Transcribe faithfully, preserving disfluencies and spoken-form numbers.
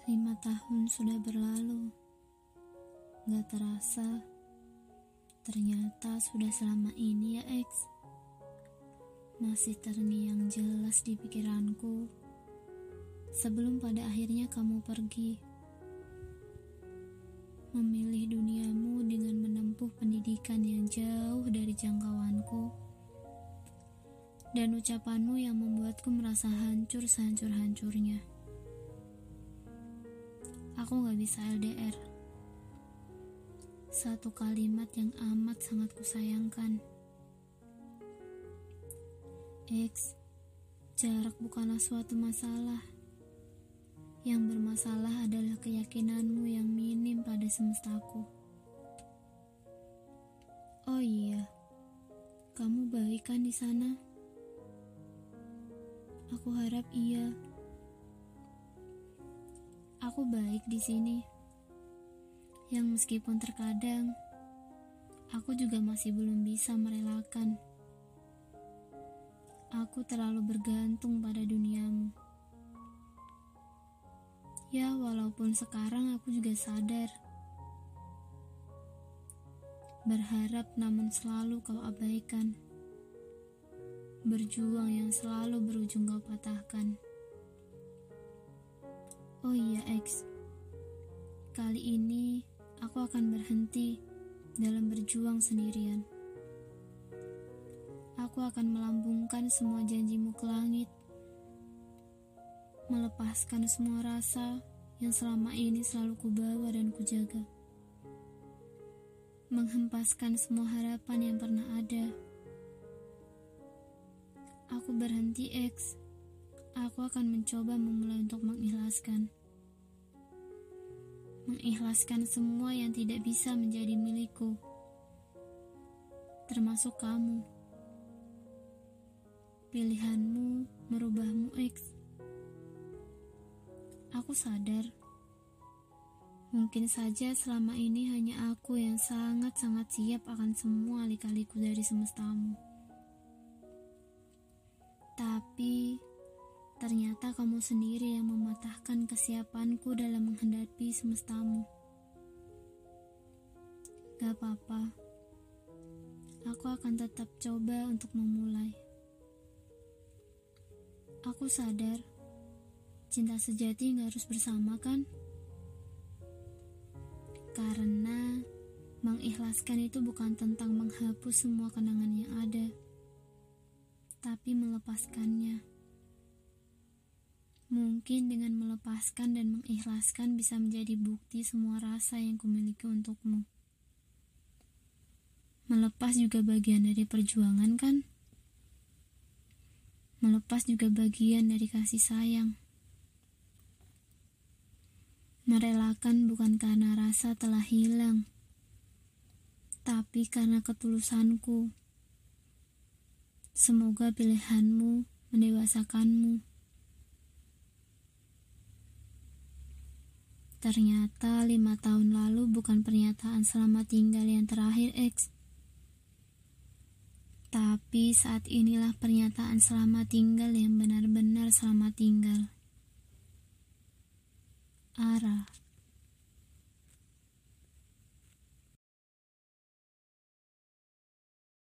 Lima tahun sudah berlalu. Gak terasa, ternyata sudah selama ini ya X. Masih terngiang jelas di pikiranku sebelum pada akhirnya kamu pergi. Memilih duniamu dengan menempuh pendidikan yang jauh dari jangkauanku. Dan ucapanmu yang membuatku merasa hancur sehancur-hancurnya. Aku gak bisa L D R. Satu kalimat yang amat sangat kusayangkan. X, jarak bukanlah suatu masalah. Yang bermasalah adalah keyakinanmu yang minim pada semestaku. Oh iya, kamu baik kan di sana? Aku harap iya. Aku baik di sini. Yang meskipun terkadang aku juga masih belum bisa merelakan. Aku terlalu bergantung pada duniamu. Ya, walaupun sekarang aku juga sadar. Berharap namun selalu kau abaikan. Berjuang yang selalu berujung kau patahkan. Oh iya X, kali ini aku akan berhenti dalam berjuang sendirian. Aku akan melambungkan semua janjimu ke langit. Melepaskan semua rasa yang selama ini selalu kubawa dan kujaga. Menghempaskan semua harapan yang pernah ada. Aku berhenti X. Aku akan mencoba memulai untuk mengikhlaskan. Mengikhlaskan semua yang tidak bisa menjadi milikku. Termasuk kamu. Pilihanmu merubahmu X. Aku sadar. Mungkin saja selama ini hanya aku yang sangat-sangat siap akan semua lika-liku dari semestamu. Tapi ternyata kamu sendiri yang mematahkan kesiapanku dalam menghadapi semestamu. Gak apa-apa. Aku akan tetap coba untuk memulai. Aku sadar, cinta sejati gak harus bersama kan? Karena mengikhlaskan itu bukan tentang menghapus semua kenangan yang ada, tapi melepaskannya. Mungkin dengan melepaskan dan mengikhlaskan bisa menjadi bukti semua rasa yang kumiliki untukmu. Melepas juga bagian dari perjuangan kan? Melepas juga bagian dari kasih sayang. Merelakan bukan karena rasa telah hilang, tapi karena ketulusanku. Semoga pilihanmu mendewasakanmu. Ternyata lima tahun lalu bukan pernyataan selamat tinggal yang terakhir X. Tapi saat inilah pernyataan selamat tinggal yang benar-benar selamat tinggal. Ara.